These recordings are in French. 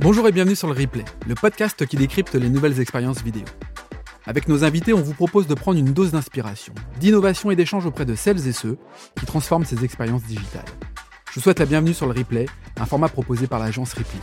Bonjour et bienvenue sur le Replay, le podcast qui décrypte les nouvelles expériences vidéo. Avec nos invités, on vous propose de prendre une dose d'inspiration, d'innovation et d'échange auprès de celles et ceux qui transforment ces expériences digitales. Je vous souhaite la bienvenue sur le Replay, un format proposé par l'agence Ripley.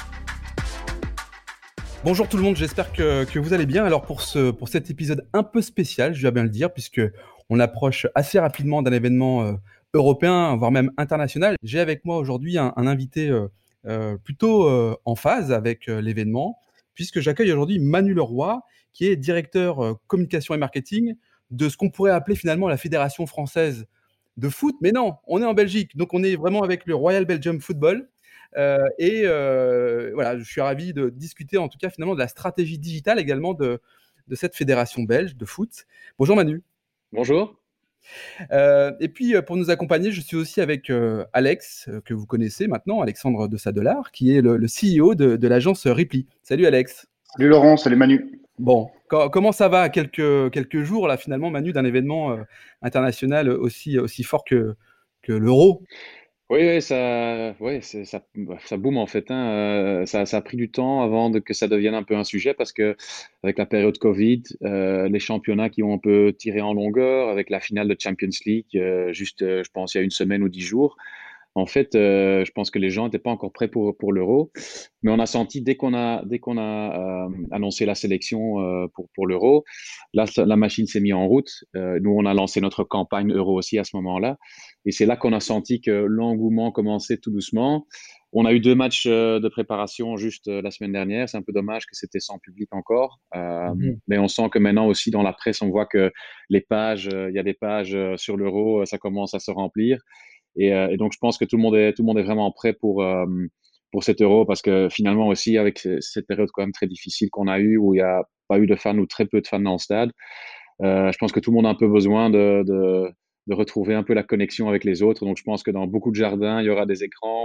Bonjour tout le monde, j'espère que vous allez bien. Alors pour cet épisode un peu spécial, je dois bien le dire, puisque on approche assez rapidement d'un événement européen, voire même international. J'ai avec moi aujourd'hui un invité plutôt en phase avec l'événement, puisque j'accueille aujourd'hui Manu Leroy, qui est directeur communication et marketing de ce qu'on pourrait appeler finalement la Fédération française de foot. Mais non, on est en Belgique, donc on est vraiment avec le Royal Belgium Football. Voilà, je suis ravi de discuter en tout cas finalement de la stratégie digitale également de cette fédération belge de foot. Bonjour Manu. Bonjour. Et puis pour nous accompagner, je suis aussi avec Alex, que vous connaissez maintenant, Alexandre de Sadelard, qui est le CEO de l'agence Ripley. Salut Alex. Salut Laurent, salut Manu. Bon, comment ça va à quelques jours là finalement Manu d'un événement international aussi fort que l'Euro? Oui, ça boom en fait, hein. Ça a pris du temps avant que ça devienne un peu un sujet parce que avec la période Covid, les championnats qui ont un peu tiré en longueur, avec la finale de Champions League, je pense, il y a une semaine ou 10 jours. En fait, je pense que les gens n'étaient pas encore prêts pour l'Euro, mais on a senti dès qu'on a annoncé la sélection pour l'Euro, là, la machine s'est mise en route. Nous, on a lancé notre campagne Euro aussi à ce moment-là, et c'est là qu'on a senti que l'engouement commençait tout doucement. On a eu 2 matchs de préparation juste la semaine dernière. C'est un peu dommage que c'était sans public encore, mais on sent que maintenant aussi dans la presse, on voit que les pages, il y a des pages sur l'Euro, ça commence à se remplir. Et donc, je pense que tout le monde est vraiment prêt pour cet Euro parce que finalement aussi, avec cette période quand même très difficile qu'on a eue où il n'y a pas eu de fans ou très peu de fans dans le stade, je pense que tout le monde a un peu besoin de retrouver un peu la connexion avec les autres. Donc, je pense que dans beaucoup de jardins, il y aura des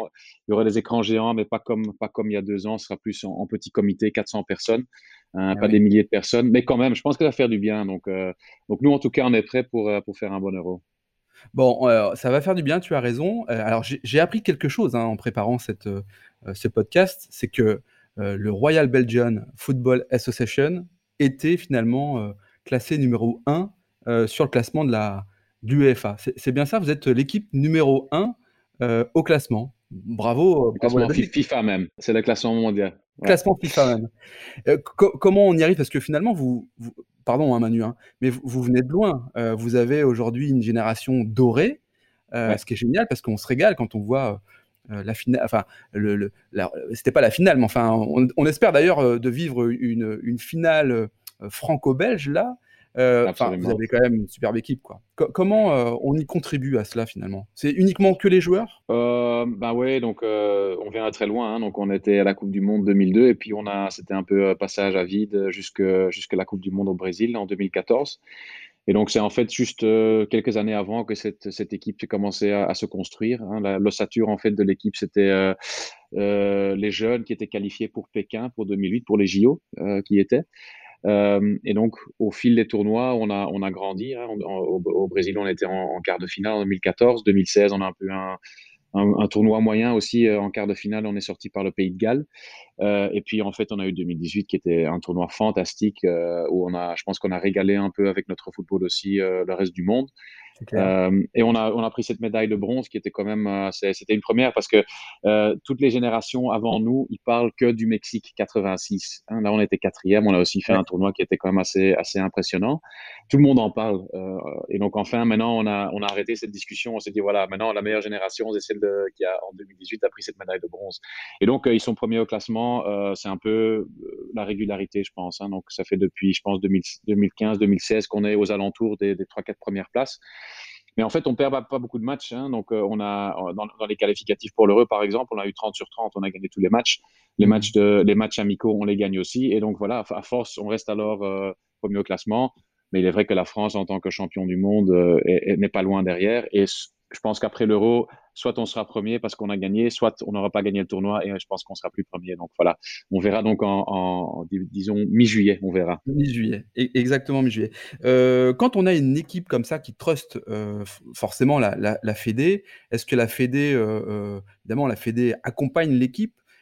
écrans géants, mais pas comme il y a 2 ans. Ce sera plus en petit comité, 400 personnes, pas des milliers de personnes. Mais quand même, je pense que ça va faire du bien. Donc nous, en tout cas, on est prêts pour faire un bon Euro. Bon, ça va faire du bien, tu as raison. Alors j'ai appris quelque chose en préparant ce podcast, c'est que le Royal Belgian Football Association était finalement classé numéro 1 sur le classement de l'UEFA. C'est bien ça, vous êtes l'équipe numéro 1 au classement. Bravo, Le bravo la classement Belgique. FIFA même, c'est le classement mondial. Ouais. Classement FIFA même. Comment on y arrive? Parce que finalement, pardon Manu, mais vous venez de loin. Vous avez aujourd'hui une génération dorée, Ouais. ce qui est génial parce qu'on se régale quand on voit la finale. Enfin, c'était pas la finale, mais enfin, on espère d'ailleurs de vivre une finale franco-belge là. Enfin, vous Absolument. avez quand même une superbe équipe, quoi. Comment on y contribue à cela finalement? C'est uniquement que les joueurs? Bah ouais, donc on vient de très loin, hein. Donc on était à la Coupe du Monde 2002 et puis c'était un peu passage à vide jusque la Coupe du Monde au Brésil en 2014. Et donc c'est en fait juste quelques années avant que cette équipe commençait à se construire, hein. L'ossature en fait de l'équipe, c'était les jeunes qui étaient qualifiés pour Pékin pour 2008 pour les JO qui étaient. Et donc, au fil des tournois, on a grandi, hein. Au Brésil, on était en quart de finale en 2014. 2016, on a un peu un tournoi moyen aussi. En quart de finale, on est sorti par le Pays de Galles. Et puis, en fait, on a eu 2018 qui était un tournoi fantastique où je pense qu'on a régalé un peu avec notre football aussi le reste du monde. C'est clair. Et on a pris cette médaille de bronze qui était quand même, c'était une première parce que toutes les générations avant nous, ils parlent que du Mexique 86. Hein. Là, on était 4e. On a aussi fait Ouais. un tournoi qui était quand même assez impressionnant. Tout le monde en parle. Et donc, enfin, maintenant, on a arrêté cette discussion. On s'est dit, voilà, maintenant, la meilleure génération, c'est celle qui a, en 2018, a pris cette médaille de bronze. Et donc, ils sont premiers au classement. C'est un peu la régularité, je pense, hein. Donc, ça fait depuis, je pense, 2015, 2016 qu'on est aux alentours des 3-4 premières places. Mais en fait, on perd pas beaucoup de matchs, hein. Donc, dans les qualificatifs pour l'Euro, par exemple, on a eu 30 sur 30, on a gagné tous les matchs. Les matchs amicaux, on les gagne aussi. Et donc, voilà, à force, on reste alors premier au classement. Mais il est vrai que la France, en tant que champion du monde, n'est pas loin derrière. Et je pense qu'après l'Euro, soit on sera premier parce qu'on a gagné, soit on n'aura pas gagné le tournoi et je pense qu'on sera plus premier. Donc voilà, on verra donc disons mi-juillet, on verra. Mi-juillet, exactement mi-juillet. Quand on a une équipe comme ça qui truste forcément la Fédé, est-ce que la Fédé, évidemment la Fédé accompagne l'équipe,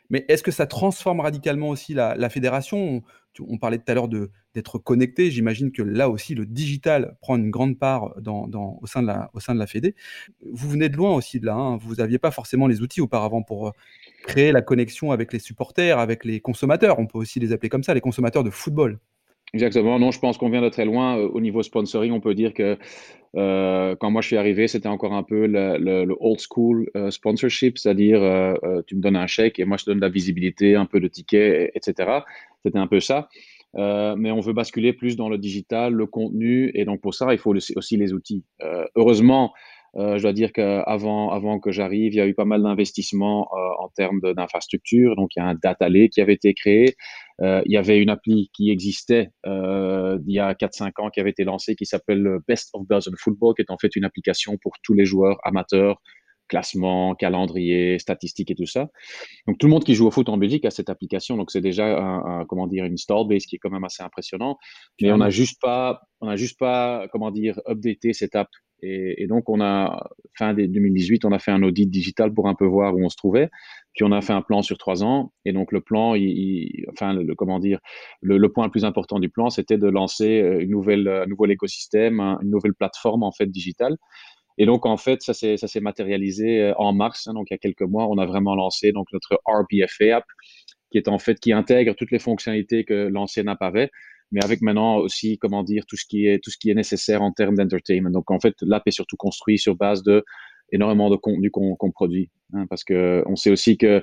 Mais est-ce que ça transforme radicalement aussi la fédération? On parlait tout à l'heure d'être connecté. J'imagine que là aussi, le digital prend une grande part au sein de la fédé. Vous venez de loin aussi de là, hein. Vous n'aviez pas forcément les outils auparavant pour créer la connexion avec les supporters, avec les consommateurs. On peut aussi les appeler comme ça, les consommateurs de football. Exactement. Non, je pense qu'on vient de très loin. Au niveau sponsoring, on peut dire que quand moi je suis arrivé, c'était encore un peu le old school sponsorship, c'est-à-dire tu me donnes un chèque et moi je te donne de la visibilité, un peu de tickets, etc. C'était un peu ça. Mais on veut basculer plus dans le digital, le contenu, et donc pour ça, il faut aussi les outils. Heureusement, je dois dire qu'avant que j'arrive, il y a eu pas mal d'investissements en termes d'infrastructure. Donc, il y a un data lake qui avait été créé. Il y avait une appli qui existait il y a 4-5 ans qui avait été lancée qui s'appelle Best of Belgian Football, qui est en fait une application pour tous les joueurs amateurs, classement, calendrier, statistiques et tout ça. Donc tout le monde qui joue au foot en Belgique a cette application, donc c'est déjà comment dire une install base qui est quand même assez impressionnant. Mais Carrément. on n'a juste pas comment dire updaté cette app. Et donc on a fin 2018, on a fait un audit digital pour un peu voir où on se trouvait. Puis on a fait un plan sur 3 ans. Et donc le plan, enfin comment dire, le point le plus important du plan, c'était de lancer un nouvel écosystème, une nouvelle plateforme en fait digitale. Et donc, en fait, ça s'est matérialisé en mars, hein, donc il y a quelques mois, on a vraiment lancé donc notre RBFA app, qui est en fait qui intègre toutes les fonctionnalités que l'ancienne app avait, mais avec maintenant aussi, comment dire, tout ce qui est nécessaire en termes d'entertainment. Donc, en fait, l'app est surtout construit sur base de énormément de contenu qu'on produit, hein, parce que on sait aussi que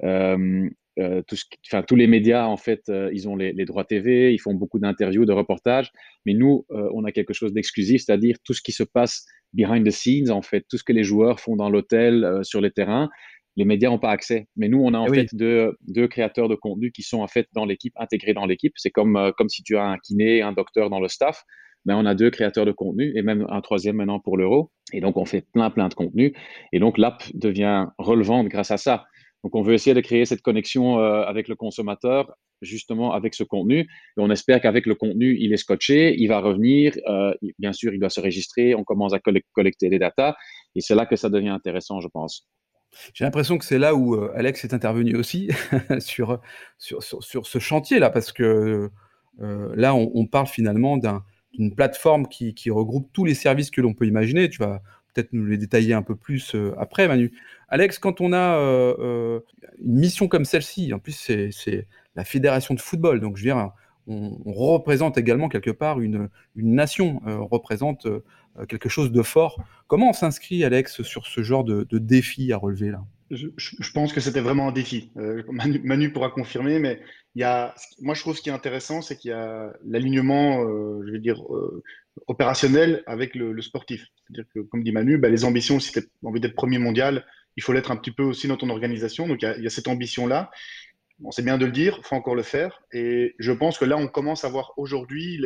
enfin, tous les médias, en fait, ils ont les droits TV, ils font beaucoup d'interviews, de reportages, mais nous, on a quelque chose d'exclusif, c'est-à-dire tout ce qui se passe behind the scenes, en fait, tout ce que les joueurs font dans l'hôtel, sur les terrains, les médias n'ont pas accès. Mais nous, on a en Eh oui. fait deux créateurs de contenu qui sont en fait dans l'équipe, intégrés dans l'équipe. C'est comme si tu as un kiné, un docteur dans le staff. Mais on a deux créateurs de contenu et même un troisième maintenant pour l'Euro. Et donc, on fait plein de contenu. Et donc, l'app devient relevante grâce à ça. Donc, on veut essayer de créer cette connexion avec le consommateur, justement avec ce contenu. Et on espère qu'avec le contenu, il est scotché, il va revenir. Bien sûr, il doit se registrer. On commence à collecter des datas. Et c'est là que ça devient intéressant, je pense. J'ai l'impression que c'est là où Alex est intervenu aussi sur, sur ce chantier-là, parce que là, on parle finalement d'une plateforme qui regroupe tous les services que l'on peut imaginer. Tu vas peut-être nous les détailler un peu plus après, Manu. Alex, quand on a une mission comme celle-ci, en plus c'est la fédération de football, donc je veux dire, on représente également quelque part une nation, on représente quelque chose de fort. Comment on s'inscrit, Alex, sur ce genre de défi à relever là? Je pense que c'était vraiment un défi. Manu pourra confirmer, mais moi je trouve ce qui est intéressant, c'est qu'il y a l'alignement, je vais dire, opérationnel avec le sportif. C'est-à-dire que, comme dit Manu, bah, les ambitions, si tu as envie d'être premier mondial, il faut l'être un petit peu aussi dans ton organisation. Donc il y a cette ambition-là. Bon, c'est bien de le dire, il faut encore le faire. Et je pense que là, on commence à voir aujourd'hui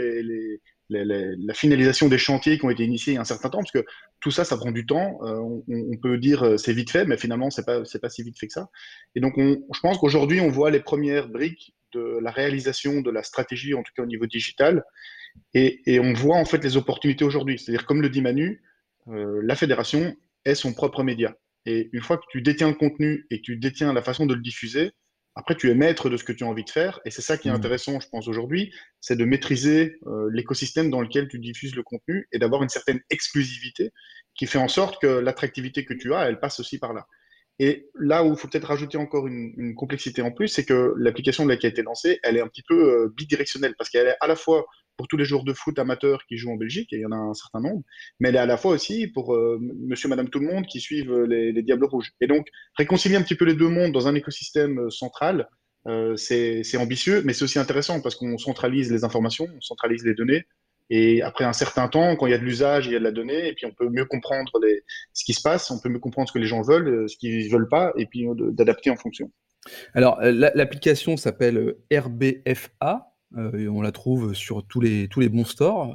la finalisation des chantiers qui ont été initiés il y a un certain temps, parce que tout ça, ça prend du temps. On peut dire c'est vite fait, mais finalement, c'est pas si vite fait que ça. Et donc, je pense qu'aujourd'hui, on voit les premières briques de la réalisation de la stratégie, en tout cas au niveau digital, et on voit en fait les opportunités aujourd'hui. C'est-à-dire, comme le dit Manu, la fédération est son propre média. Et une fois que tu détiens le contenu et que tu détiens la façon de le diffuser, après, tu es maître de ce que tu as envie de faire. Et c'est ça qui est Mmh. intéressant, je pense, aujourd'hui, c'est de maîtriser l'écosystème dans lequel tu diffuses le contenu et d'avoir une certaine exclusivité qui fait en sorte que l'attractivité que tu as, elle passe aussi par là. Et là où il faut peut-être rajouter encore une complexité en plus, c'est que l'application qui a été lancée, elle est un petit peu bidirectionnelle parce qu'elle est à la fois pour tous les joueurs de foot amateurs qui jouent en Belgique, et il y en a un certain nombre, mais elle est à la fois aussi pour monsieur, madame, tout le monde qui suivent les Diables Rouges. Et donc, réconcilier un petit peu les deux mondes dans un écosystème central, c'est ambitieux, mais c'est aussi intéressant parce qu'on centralise les informations, on centralise les données, et après un certain temps, quand il y a de l'usage, il y a de la donnée, et puis on peut mieux comprendre ce qui se passe, on peut mieux comprendre ce que les gens veulent, ce qu'ils veulent pas, et puis d'adapter en fonction. Alors, l'application s'appelle RBFA, et on la trouve sur tous les bons stores.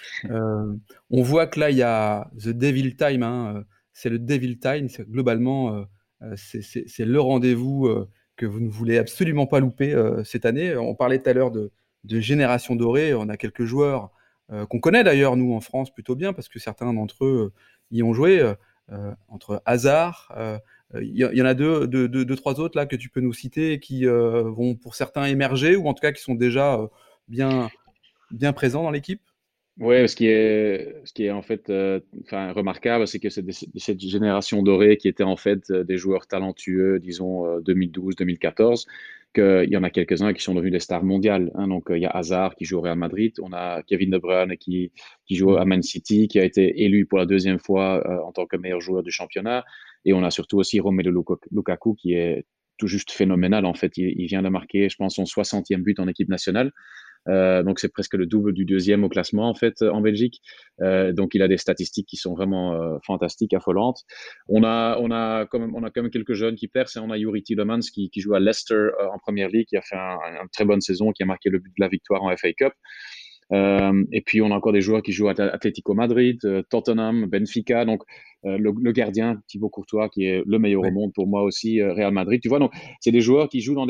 On voit que là, il y a The Devil Time, hein, c'est le Devil Time, c'est globalement, c'est le rendez-vous que vous ne voulez absolument pas louper cette année. On parlait tout à l'heure de génération dorée, on a quelques joueurs qu'on connaît d'ailleurs, nous, en France, plutôt bien, parce que certains d'entre eux y ont joué. entre Hazard, il y en a deux, trois autres là que tu peux nous citer qui vont pour certains émerger ou en tout cas qui sont déjà bien, bien présents dans l'équipe? Ouais, ce qui est en fait enfin, remarquable, c'est que c'est cette génération dorée qui était en fait des joueurs talentueux, disons 2012-2014, qu'il y en a quelques-uns qui sont devenus des stars mondiales, hein. Donc il y a Hazard qui joue au Real Madrid, on a Kevin De Bruyne qui joue à Mhm. Man City, qui a été élu pour la deuxième fois en tant que meilleur joueur du championnat, et on a surtout aussi Romelu Lukaku qui est tout juste phénoménal en fait. Il vient de marquer, je pense, son 60e but en équipe nationale. Donc c'est presque le double du deuxième au classement en fait en Belgique. Donc il a des statistiques qui sont vraiment fantastiques, affolantes. On a quand même quelques jeunes qui percent. On a Youri Tielemans qui joue à Leicester en Première Ligue, qui a fait une très bonne saison, qui a marqué le but de la victoire en FA Cup. Et puis on a encore des joueurs qui jouent à Atlético Madrid, Tottenham, Benfica. Donc le gardien Thibaut Courtois qui est le meilleur au Ouais. monde pour moi aussi, Real Madrid. Tu vois, donc c'est des joueurs qui jouent dans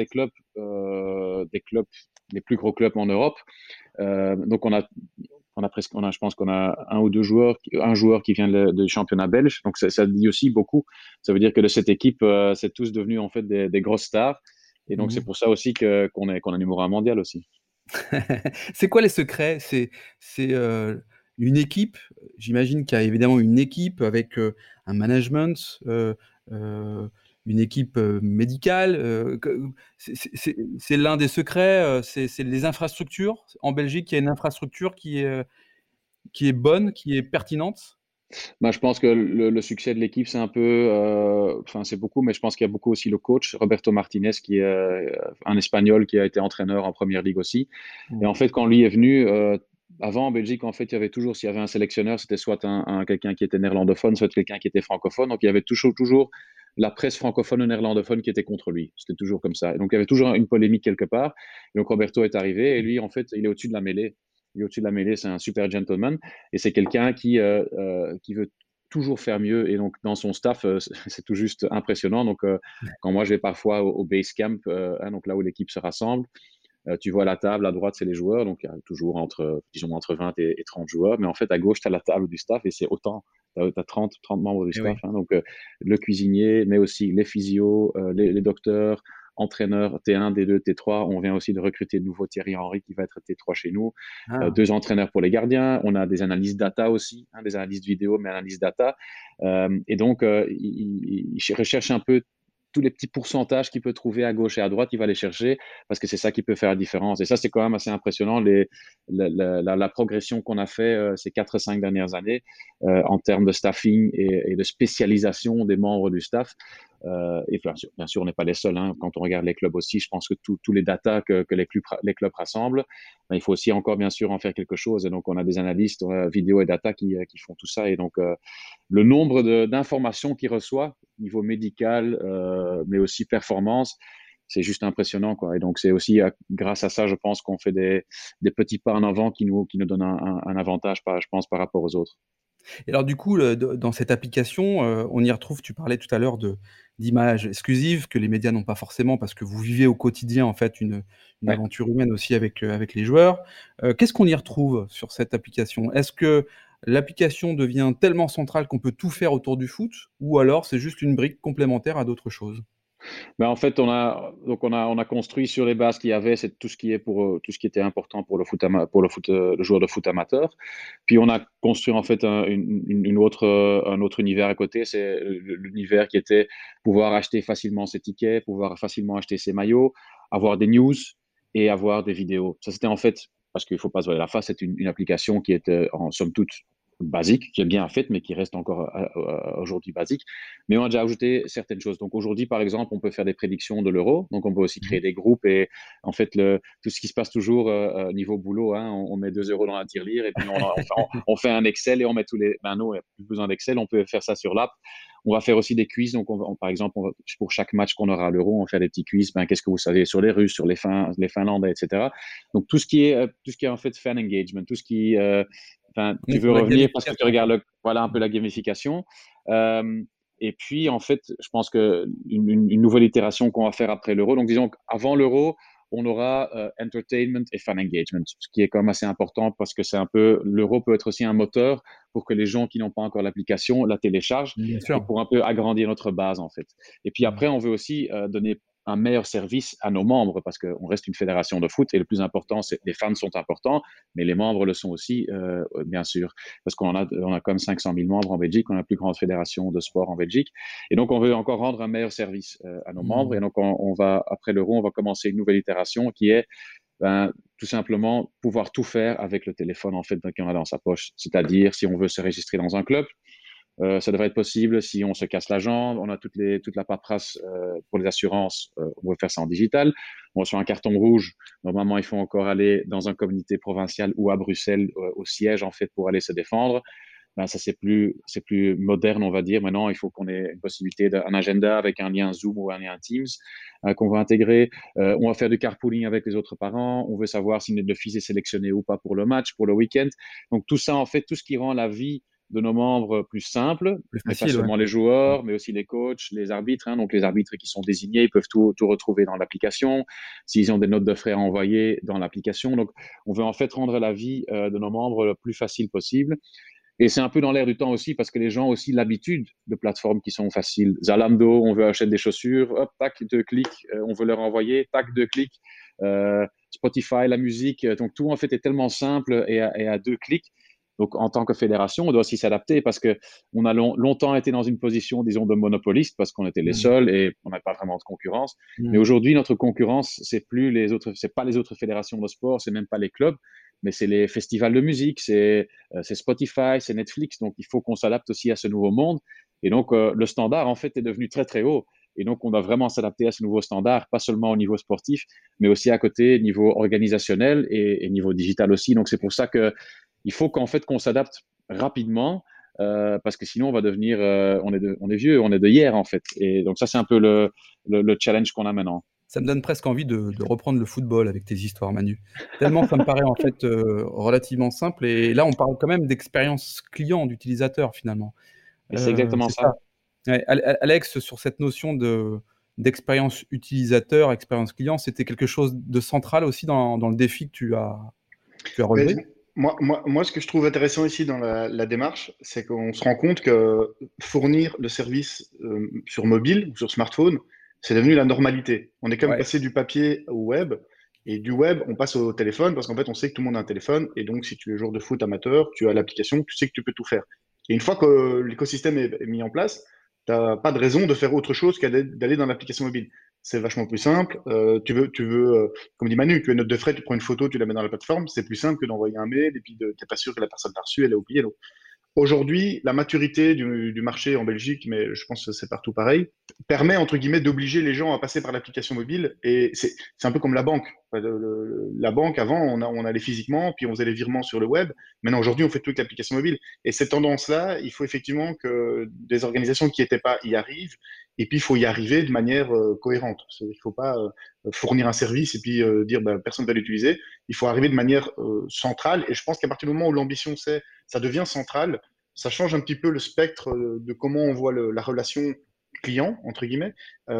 des clubs, les plus gros clubs en Europe. Donc je pense qu'on a un joueur qui vient du championnat belge. Donc ça dit aussi beaucoup. Ça veut dire que de cette équipe, c'est tous devenus en fait des grosses stars. Et donc c'est Mhm. pour ça aussi qu'on est numéro un mondial aussi. C'est quoi les secrets? C'est une équipe. J'imagine qu'il y a évidemment une équipe avec un management, une équipe médicale. C'est l'un des secrets. C'est les infrastructures. En Belgique, il y a une infrastructure qui est bonne, qui est pertinente. Bah, je pense que le succès de l'équipe, c'est un peu, enfin, c'est beaucoup, mais je pense qu'il y a beaucoup aussi le coach, Roberto Martinez, qui est un Espagnol qui a été entraîneur en Première Ligue aussi. Et en Mhm. fait, quand lui est venu, avant en Belgique, en fait, il y avait toujours, s'il y avait un sélectionneur, c'était soit quelqu'un qui était néerlandophone, soit quelqu'un qui était francophone. Donc, il y avait toujours la presse francophone ou néerlandophone qui était contre lui. C'était toujours comme ça. Et donc, il y avait toujours une polémique quelque part. Et donc, Roberto est arrivé et lui, en fait, il est au-dessus de la mêlée. Il est au-dessus de la mêlée, c'est un super gentleman. Et c'est quelqu'un qui veut toujours faire mieux. Et donc, dans son staff, c'est tout juste impressionnant. Donc, quand moi, je vais parfois au base camp, hein, donc là où l'équipe se rassemble, tu vois la table, à droite, c'est les joueurs. Donc, il y a toujours disons, entre 20 et 30 joueurs. Mais en fait, à gauche, tu as la table du staff et c'est autant. Tu as 30 membres du Eh staff, oui. hein. Donc, le cuisinier, mais aussi les physios, les docteurs, entraîneurs T1, D2, T3. On vient aussi de recruter de nouveau Thierry Henry qui va être T3 chez nous. Ah. Deux entraîneurs pour les gardiens. On a des analyses data aussi, hein, des analyses vidéo, mais analyses data. Et donc, il recherche un peu tous les petits pourcentages qu'il peut trouver à gauche et à droite, il va les chercher parce que c'est ça qui peut faire la différence. Et ça, c'est quand même assez impressionnant, la progression qu'on a fait ces 4-5 dernières années en termes de staffing et de spécialisation des membres du staff. Et bien sûr, on n'est pas les seuls, hein. Quand on regarde les clubs aussi, je pense que tous les datas que les clubs rassemblent, ben, il faut aussi encore, bien sûr, en faire quelque chose. Et donc, on a des analystes vidéo et data qui font tout ça. Et donc, le nombre d'informations qu'il reçoit, niveau médical, mais aussi performance, c'est juste impressionnant, quoi. Et donc, c'est aussi grâce à ça, je pense, qu'on fait des petits pas en avant qui nous donnent un avantage, je pense, par rapport aux autres. Et alors du coup, dans cette application, on y retrouve, tu parlais tout à l'heure d'images exclusives que les médias n'ont pas forcément parce que vous vivez au quotidien en fait une Ouais. aventure humaine aussi avec les joueurs. Qu'est-ce qu'on y retrouve sur cette application? Est-ce que l'application devient tellement centrale qu'on peut tout faire autour du foot ou alors c'est juste une brique complémentaire à d'autres choses? Ben, en fait, on a construit sur les bases qu'il y avait, c'est tout ce qui est tout ce qui était important pour le joueur de foot amateur. Puis on a construit en fait un autre univers à côté, c'est l'univers qui était pouvoir acheter facilement ses tickets, pouvoir facilement acheter ses maillots, avoir des news et avoir des vidéos. Ça, c'était en fait, parce qu'il ne faut pas se voiler la face, c'est une application qui est en somme toute basique, qui est bien faite, mais qui reste encore aujourd'hui basique. Mais on a déjà ajouté certaines choses. Donc aujourd'hui, par exemple, on peut faire des prédictions de l'euro. Donc on peut aussi Mmh. créer des groupes et en fait, tout ce qui se passe toujours niveau boulot, hein, on met 2 euros dans la tirelire et puis on fait un Excel et on met tous les. Ben non, il n'y a plus besoin d'Excel, on peut faire ça sur l'app. On va faire aussi des quiz. Donc, par exemple, pour chaque match qu'on aura à l'Euro, on va faire des petits quiz. Ben, qu'est-ce que vous savez sur les Russes, sur les Finlandais, etc. Donc, tout ce qui est en fait fan engagement, tout ce qui, enfin, On tu est veux sur la revenir parce que tu gamification, quoi. regardes voilà un peu la gamification. Et puis, en fait, je pense qu'une nouvelle itération qu'on va faire après l'Euro. Donc, disons qu'avant l'Euro, on aura entertainment et fan engagement, ce qui est quand même assez important parce que c'est un peu, l'euro peut être aussi un moteur pour que les gens qui n'ont pas encore l'application la téléchargent Bien et sûr. pour un peu agrandir notre base en fait. Et puis Mmh. après, on veut aussi donner un meilleur service à nos membres parce qu'on reste une fédération de foot et le plus important, c'est les fans sont importants, mais les membres le sont aussi, bien sûr, parce on a comme 500 000 membres en Belgique, on est la plus grande fédération de sport en Belgique. Et donc, on veut encore rendre un meilleur service à nos membres. Mmh. Et donc, on va, après l'euro, on va commencer une nouvelle itération qui est tout simplement pouvoir tout faire avec le téléphone en fait qu'on a dans sa poche. C'est-à-dire, si on veut se registrer dans un club, ça devrait être possible. Si on se casse la jambe, on a toute la paperasse pour les assurances, on veut faire ça en digital. On reçoit un carton rouge. Normalement, il faut encore aller dans un comité provincial ou à Bruxelles, au siège, en fait, pour aller se défendre. Ben, ça, c'est plus moderne, on va dire. Maintenant, il faut qu'on ait une possibilité d'un agenda avec un lien Zoom ou un lien Teams qu'on va intégrer. On va faire du carpooling avec les autres parents. On veut savoir si le fils est sélectionné ou pas pour le match, pour le week-end. Donc, tout ça, en fait, tout ce qui rend la vie de nos membres plus simple, Plus mais pas facile, ouais. seulement les Mmh. joueurs, mais aussi les coachs, les arbitres. Hein. Donc, les arbitres qui sont désignés, ils peuvent tout retrouver dans l'application. S'ils ont des notes de frais à envoyer dans l'application. Donc, on veut en fait rendre la vie de nos membres le plus facile possible. Et c'est un peu dans l'air du temps aussi parce que les gens ont aussi l'habitude de plateformes qui sont faciles. Zalando, on veut acheter des chaussures, hop, tac, 2 clics, on veut leur envoyer, tac, 2 clics. Spotify, la musique, donc tout en fait est tellement simple et à 2 clics. Donc en tant que fédération, on doit aussi s'adapter parce que on a longtemps été dans une position, disons, de monopoliste parce qu'on était les Mmh. seuls et on n'a pas vraiment de concurrence. Mais Mmh. aujourd'hui, notre concurrence, c'est pas les autres fédérations de sport, c'est même pas les clubs, mais c'est les festivals de musique, c'est Spotify, c'est Netflix. Donc, il faut qu'on s'adapte aussi à ce nouveau monde. Et donc, le standard, en fait, est devenu très, très haut. Et donc, on doit vraiment s'adapter à ce nouveau standard, pas seulement au niveau sportif, mais aussi à côté, niveau organisationnel et niveau digital aussi. Donc, c'est pour ça que il faut qu'en fait, qu'on s'adapte rapidement, parce que sinon, on va devenir, on est vieux, on est de hier, en fait. Et donc, ça, c'est un peu le challenge qu'on a maintenant. Ça me donne presque envie de reprendre le football avec tes histoires, Manu. Tellement ça me paraît en fait, relativement simple et là, on parle quand même d'expérience client, d'utilisateur finalement. Et c'est exactement C'est ça. ça. Ouais, Alex, sur cette notion d'expérience utilisateur, expérience client, c'était quelque chose de central aussi dans le défi que tu as Mais relevé? moi, ce que je trouve intéressant ici dans la démarche, c'est qu'on se rend compte que fournir le service sur mobile ou sur smartphone, c'est devenu la normalité. On est comme Ouais. passé du papier au web, et du web, on passe au téléphone, parce qu'en fait, on sait que tout le monde a un téléphone, et donc si tu es joueur de foot amateur, tu as l'application, tu sais que tu peux tout faire. Et une fois que l'écosystème est mis en place, tu n'as pas de raison de faire autre chose qu'aller dans l'application mobile. C'est vachement plus simple. Comme dit Manu, tu as une note de frais, tu prends une photo, tu la mets dans la plateforme, c'est plus simple que d'envoyer un mail et puis tu n'es pas sûr que la personne l'a reçu, elle a oublié. Donc, aujourd'hui, la maturité du marché en Belgique, mais je pense que c'est partout pareil, permet, entre guillemets, d'obliger les gens à passer par l'application mobile. Et c'est un peu comme la banque. La banque, avant, on allait physiquement, puis on faisait les virements sur le web. Maintenant, aujourd'hui, on fait tout avec l'application mobile. Et cette tendance-là, il faut effectivement que des organisations qui n'étaient pas y arrivent. Et puis, il faut y arriver de manière cohérente. Il ne faut pas fournir un service et puis dire bah, personne ne va l'utiliser. Il faut arriver de manière centrale. Et je pense qu'à partir du moment où l'ambition, ça devient central, ça change un petit peu le spectre de comment on voit la relation client, entre guillemets,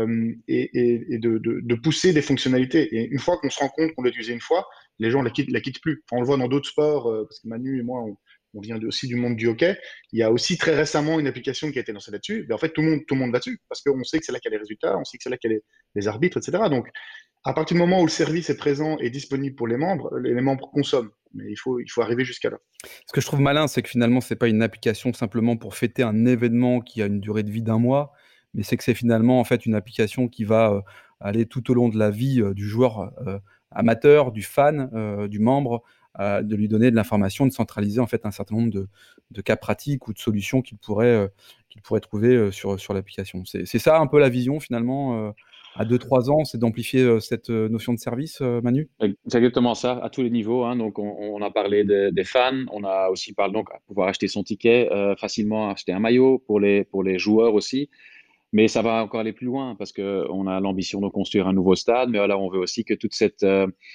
et de pousser des fonctionnalités. Et une fois qu'on se rend compte qu'on l'a utilisé une fois, les gens la quittent plus. Enfin, on le voit dans d'autres sports, parce que Manu et moi, on vient aussi du monde du hockey. Il y a aussi très récemment une application qui a été lancée là-dessus. Mais en fait, tout le monde va dessus, parce qu'on sait que c'est là qu'il y a les résultats, on sait que c'est là qu'il y a les arbitres, etc. Donc, à partir du moment où le service est présent et disponible pour les membres, les membres consomment. Mais il faut arriver jusqu'à là. Ce que je trouve malin, c'est que finalement, c'est pas une application simplement pour fêter un événement qui a une durée de vie d'un mois, mais c'est que c'est finalement, en fait, une application qui va, aller tout au long de la vie, du joueur, amateur, du fan, du membre, de lui donner de l'information, de centraliser, en fait, un certain nombre de cas pratiques ou de solutions qu'il pourrait trouver, sur l'application. C'est ça un peu la vision finalement, à 2-3 ans, c'est d'amplifier, cette, notion de service, Manu? C'est exactement ça, à tous les niveaux. Hein. Donc, on a parlé des fans, on a aussi parlé donc à pouvoir acheter son ticket, facilement acheter un maillot pour les joueurs aussi. Mais ça va encore aller plus loin parce qu'on a l'ambition de construire un nouveau stade, mais là, on veut aussi que toute cette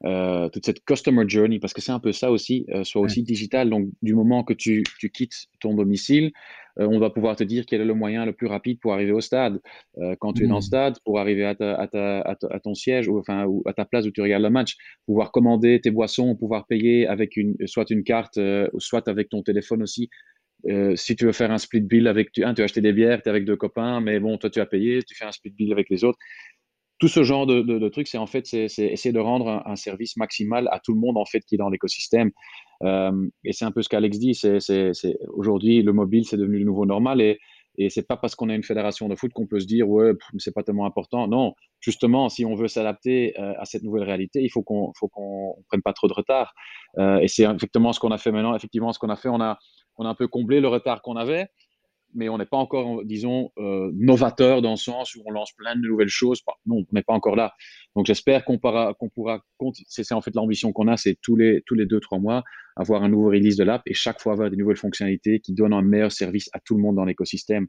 toute cette customer journey, parce que c'est un peu ça aussi, soit Ouais. aussi digital. Donc, du moment que tu quittes ton domicile, on va pouvoir te dire quel est le moyen le plus rapide pour arriver au stade. Quand tu es dans le Mmh. stade, pour arriver à ton siège ou, enfin, ou à ta place où tu regardes le match, pouvoir commander tes boissons, pouvoir payer avec soit une carte, soit avec ton téléphone aussi. Si tu veux faire un split bill tu as acheté des bières, tu es avec deux copains, mais bon, toi tu as payé, tu fais un split bill avec les autres. Tout ce genre de trucs, c'est en fait c'est essayer de rendre un service maximal à tout le monde en fait qui est dans l'écosystème. Et c'est un peu ce qu'Alex dit. Aujourd'hui le mobile c'est devenu le nouveau normal et c'est pas parce qu'on a une fédération de foot qu'on peut se dire ouais c'est pas tellement important. Non, justement si on veut s'adapter à cette nouvelle réalité, il faut qu'on prenne pas trop de retard. Et c'est effectivement ce qu'on a fait maintenant. Effectivement ce qu'on a fait, on a un peu comblé le retard qu'on avait, mais on n'est pas encore, disons, novateur dans le sens où on lance plein de nouvelles choses. Non, on n'est pas encore là. Donc j'espère qu'on pourra, c'est en fait l'ambition qu'on a, c'est tous les 2, 3 mois, avoir un nouveau release de l'app et chaque fois avoir des nouvelles fonctionnalités qui donnent un meilleur service à tout le monde dans l'écosystème.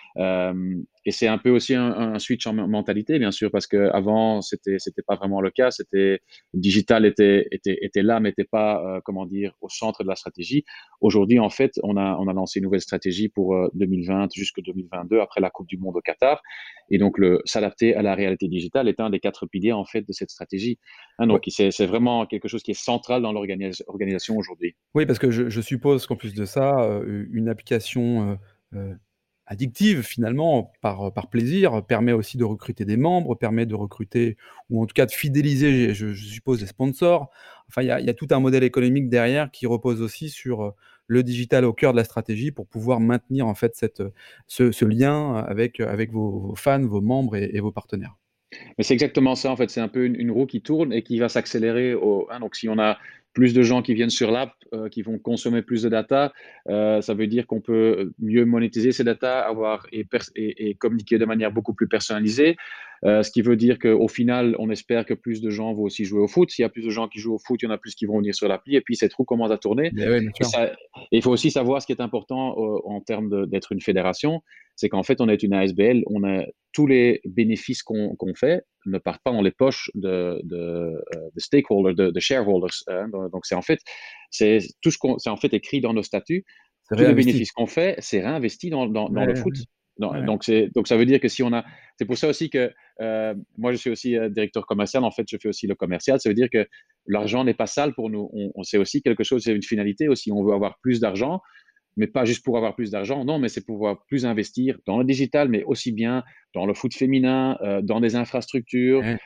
Et c'est un peu aussi un switch en mentalité, bien sûr, parce qu'avant, c'était pas vraiment le cas. Le digital était là, mais n'était pas, comment dire, au centre de la stratégie. Aujourd'hui, en fait, on a lancé une nouvelle stratégie pour 2020 jusqu'en 2022, après la Coupe du Monde au Qatar. Et donc, s'adapter à la réalité digitale est un des 4 piliers, en fait, de cette stratégie. Hein, Ouais. donc, c'est vraiment quelque chose qui est central dans l'organisation aujourd'hui. Oui, parce que je suppose qu'en plus de ça, une application, addictive finalement par plaisir, permet aussi de recruter des membres, permet de recruter ou en tout cas de fidéliser, je suppose des sponsors. Enfin, il y a tout un modèle économique derrière qui repose aussi sur, le digital au cœur de la stratégie pour pouvoir maintenir en fait ce lien avec vos fans, vos membres et vos partenaires. Mais c'est exactement ça, en fait. C'est un peu une roue qui tourne et qui va s'accélérer. Hein, donc, si on a plus de gens qui viennent sur l'app, qui vont consommer plus de data, ça veut dire qu'on peut mieux monétiser ces data, et communiquer de manière beaucoup plus personnalisée. Ce qui veut dire qu'au final, on espère que plus de gens vont aussi jouer au foot. S'il y a plus de gens qui jouent au foot, il y en a plus qui vont venir sur l'appli. Et puis, cette roue commence à tourner. Beh, ouais, bien Et sûr. ça, il faut aussi savoir ce qui est important en termes d'être une fédération, c'est qu'en fait, on est une ASBL, on a tous les bénéfices qu'on fait ne partent pas dans les poches de stakeholders, de shareholders. Hein. Donc, c'est tout c'est en fait écrit dans nos statuts. C'est Tous les réinvesti. bénéfices qu'on fait, c'est réinvesti dans Ouais, le ouais, foot. ouais, ouais. Donc, ça veut dire que si on a. C'est pour ça aussi que moi, je suis aussi directeur commercial. En fait, je fais aussi le commercial. Ça veut dire que l'argent n'est pas sale pour nous. C'est aussi quelque chose, c'est une finalité aussi. On veut avoir plus d'argent, mais pas juste pour avoir plus d'argent, non, mais c'est pour pouvoir plus investir dans le digital, mais aussi bien dans le foot féminin, dans des infrastructures. Ouais.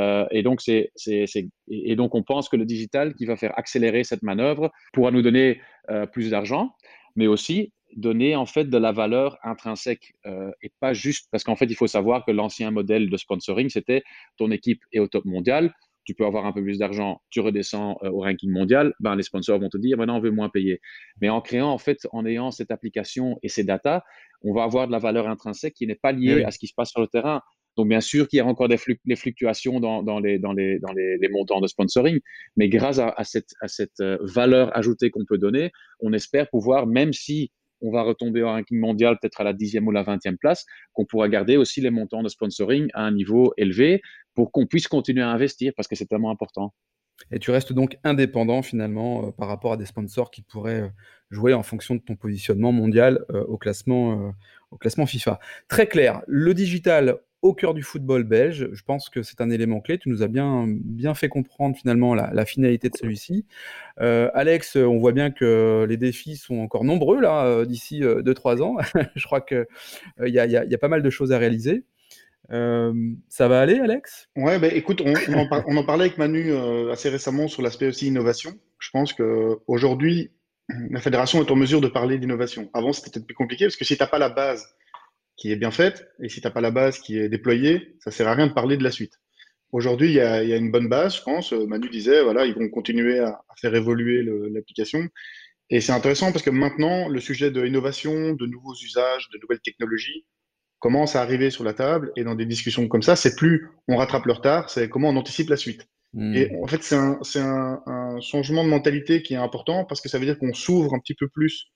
Et donc, on pense que le digital qui va faire accélérer cette manœuvre pourra nous donner plus d'argent, mais aussi donner en fait de la valeur intrinsèque et pas juste parce qu'en fait il faut savoir que l'ancien modèle de sponsoring c'était ton équipe est au top mondial, tu peux avoir un peu plus d'argent, tu redescends au ranking mondial, ben les sponsors vont te dire maintenant on veut moins payer. Mais en créant, en fait, en ayant cette application et ces datas, on va avoir de la valeur intrinsèque qui n'est pas Eh liée oui. à ce qui se passe sur le terrain. Donc, bien sûr qu'il y a encore des fluctuations les montants de sponsoring, mais grâce à cette valeur ajoutée qu'on peut donner, on espère pouvoir, même si on va retomber au ranking mondial peut-être à la 10e ou la 20e place, qu'on pourra garder aussi les montants de sponsoring à un niveau élevé pour qu'on puisse continuer à investir parce que c'est tellement important. Et tu restes donc indépendant finalement, par rapport à des sponsors qui pourraient, jouer en fonction de ton positionnement mondial, au classement FIFA. Très clair, le digital au cœur du football belge, je pense que c'est un élément clé. Tu nous as bien fait comprendre finalement la finalité de celui-ci. Alex, on voit bien que les défis sont encore nombreux là, d'ici, 2-3 ans. Je crois que, il y a pas mal de choses à réaliser. Ça va aller Alex? Ouais, ben écoute, on en parlait avec Manu assez récemment sur l'aspect aussi innovation. Je pense que aujourd'hui, la fédération est en mesure de parler d'innovation. Avant, c'était peut-être plus compliqué parce que si t'as pas la base qui est bien faite et si t'as pas la base qui est déployée, ça sert à rien de parler de la suite. Aujourd'hui, il y a une bonne base, je pense. Manu disait, voilà, ils vont continuer à faire évoluer l'application. Et c'est intéressant parce que maintenant, le sujet de l'innovation, de nouveaux usages, de nouvelles technologies commence à arriver sur la table. Et dans des discussions comme ça, c'est plus on rattrape le retard, c'est comment on anticipe la suite. Et Mmh. en fait, c'est un changement de mentalité qui est important parce que ça veut dire qu'on s'ouvre un petit peu plus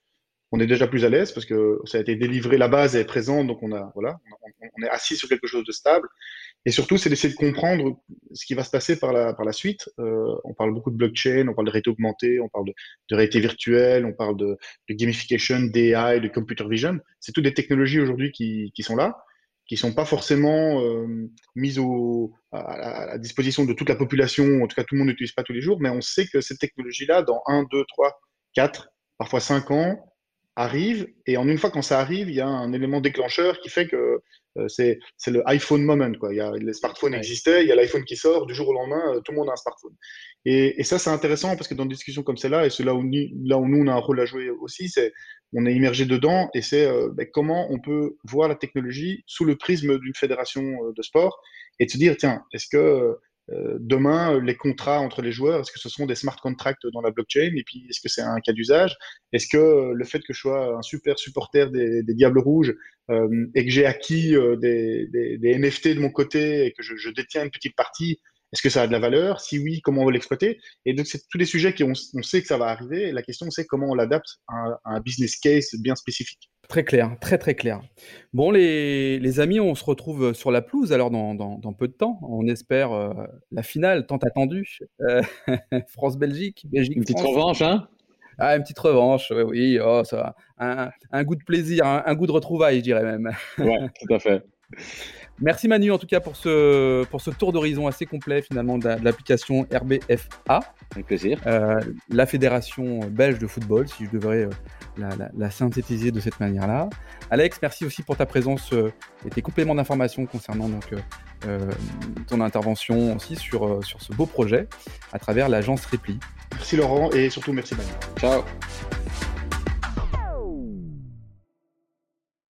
on est déjà plus à l'aise parce que ça a été délivré, la base est présente, donc on est assis sur quelque chose de stable. Et surtout, c'est d'essayer de comprendre ce qui va se passer par la suite. On parle beaucoup de blockchain, on parle de réalité augmentée, on parle de réalité virtuelle, on parle de gamification, d'AI, de computer vision. C'est toutes des technologies aujourd'hui qui sont là, qui sont pas forcément mises à la disposition de toute la population. En tout cas, tout le monde n'utilise pas tous les jours, mais on sait que ces technologies-là, dans 1, 2, 3, 4, parfois 5 ans, arrivent. Et en une fois, quand ça arrive, il y a un élément déclencheur qui fait que c'est le iPhone moment, quoi. Les smartphones existaient, il y a l'iPhone qui sort, du jour au lendemain, tout le monde a un smartphone. Et ça, c'est intéressant parce que dans des discussions comme celle-là, et c'est là où nous, on a un rôle à jouer aussi, c'est on est immergé dedans et c'est comment on peut voir la technologie sous le prisme d'une fédération de sport et de se dire, tiens, est-ce que demain, les contrats entre les joueurs, est-ce que ce seront des smart contracts dans la blockchain? Et puis, est-ce que c'est un cas d'usage? Est-ce que le fait que je sois un super supporter des Diables Rouges et que j'ai acquis des NFT de mon côté et que je détiens une petite partie, est-ce que ça a de la valeur? Si oui, comment on va l'exploiter? Et donc, c'est tous les sujets on sait que ça va arriver. Et la question, c'est comment on l'adapte à un business case bien spécifique. Très clair, très très clair. Bon, les amis, on se retrouve sur la pelouse alors dans peu de temps. On espère la finale tant attendue. France-Belgique, Une petite Belgique-France. revanche, hein? Ah, une petite revanche, oui, oh, ça, un goût de plaisir, un goût de retrouvailles, je dirais même. Ouais, tout à fait. Merci Manu en tout cas pour ce tour d'horizon assez complet finalement de l'application RBFA. Avec plaisir. La fédération belge de football, si je devrais la synthétiser de cette manière-là. Alex, merci aussi pour ta présence et tes compléments d'information concernant donc, ton intervention aussi sur ce beau projet à travers l'agence Repli. Merci Laurent et surtout merci Manu. Ciao.